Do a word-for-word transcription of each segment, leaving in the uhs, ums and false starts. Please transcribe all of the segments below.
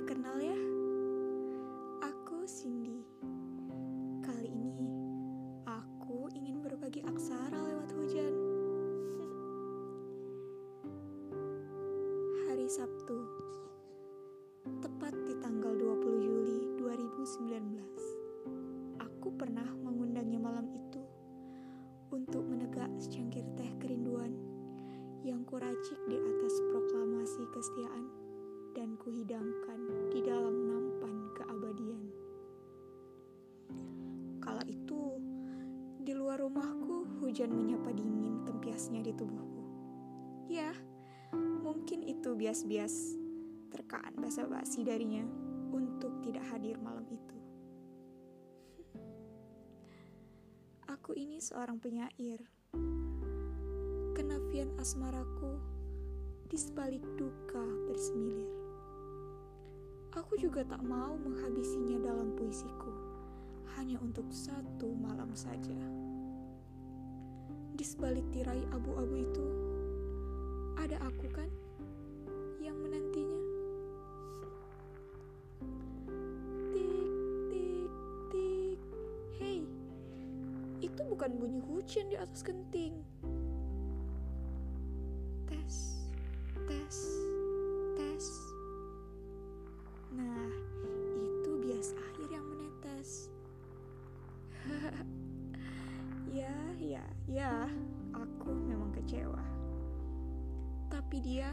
Kenal ya, aku Cindy. Kali ini aku ingin berbagi aksara lewat hujan. Hari Sabtu, tepat di tanggal dua puluh Juli dua ribu sembilan belas. Aku pernah mengundangnya malam itu untuk menegak secangkir teh kerinduan yang kuracik di atas proklamasi kesetiaan dan kuhidangkan di dalam nampan keabadian. Kala itu, di luar rumahku, hujan menyapa dingin tempiasnya di tubuhku. Ya, mungkin itu bias-bias terkaan basa-basi darinya untuk tidak hadir malam itu. Aku ini seorang penyair. Kenafian asmaraku di sebalik duka bersemilir. Aku juga tak mau menghabisinya dalam puisiku, hanya untuk satu malam saja. Di sebalik tirai abu-abu itu, ada aku kan yang menantinya. Tik, tik, tik. Hei, itu bukan bunyi hujan di atas genting. Tes, tes, tes. Nah, itu bias air yang menetes. Ya, ya, ya, aku memang kecewa. Tapi dia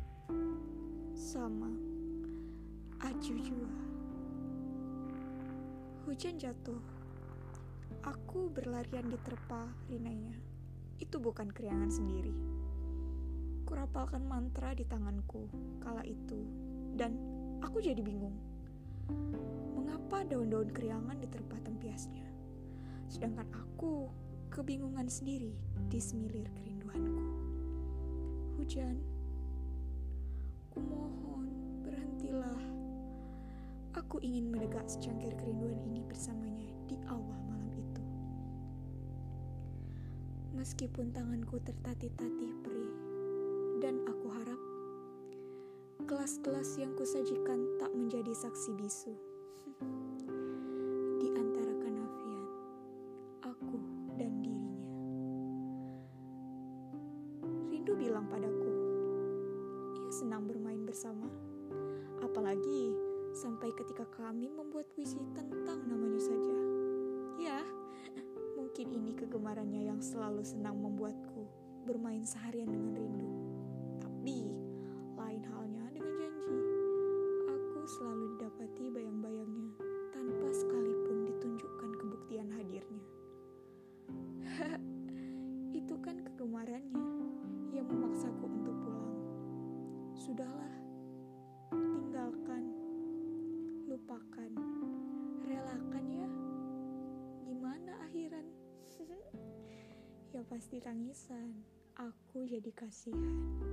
sama, aju jua. Hujan jatuh. Aku berlarian diterpa rinainya. Itu bukan keriangan sendiri. Kurapalkan mantra di tanganku kala itu, dan aku jadi bingung. Mengapa daun-daun keriangan diterpa tempiasnya, sedangkan aku kebingungan sendiri di semilir kerinduanku. Hujan, kumohon berhentilah. Aku ingin menegak secangkir kerinduan ini bersamanya di awal malam itu. Meskipun tanganku tertatih-tatih perih, dan aku harap gelas-gelas yang kusajikan tak menjadi saksi bisu. Di antara kenafian, aku dan dirinya. Rindu bilang padaku, ia senang bermain bersama. Apalagi sampai ketika kami membuat puisi tentang namanya saja. Ya, mungkin ini kegemarannya yang selalu senang membuatku bermain seharian dengan rindu. Tapi lain halnya dengan janji. Aku selalu didapati bayang-bayangnya tanpa sekalipun ditunjukkan kebuktian hadirnya. Itu kan kegemarannya yang memaksaku untuk pulang. Sudahlah, tinggalkan, lupakan, relakan ya. Gimana akhiran? Ya pasti tangisan. Aku jadi kasihan.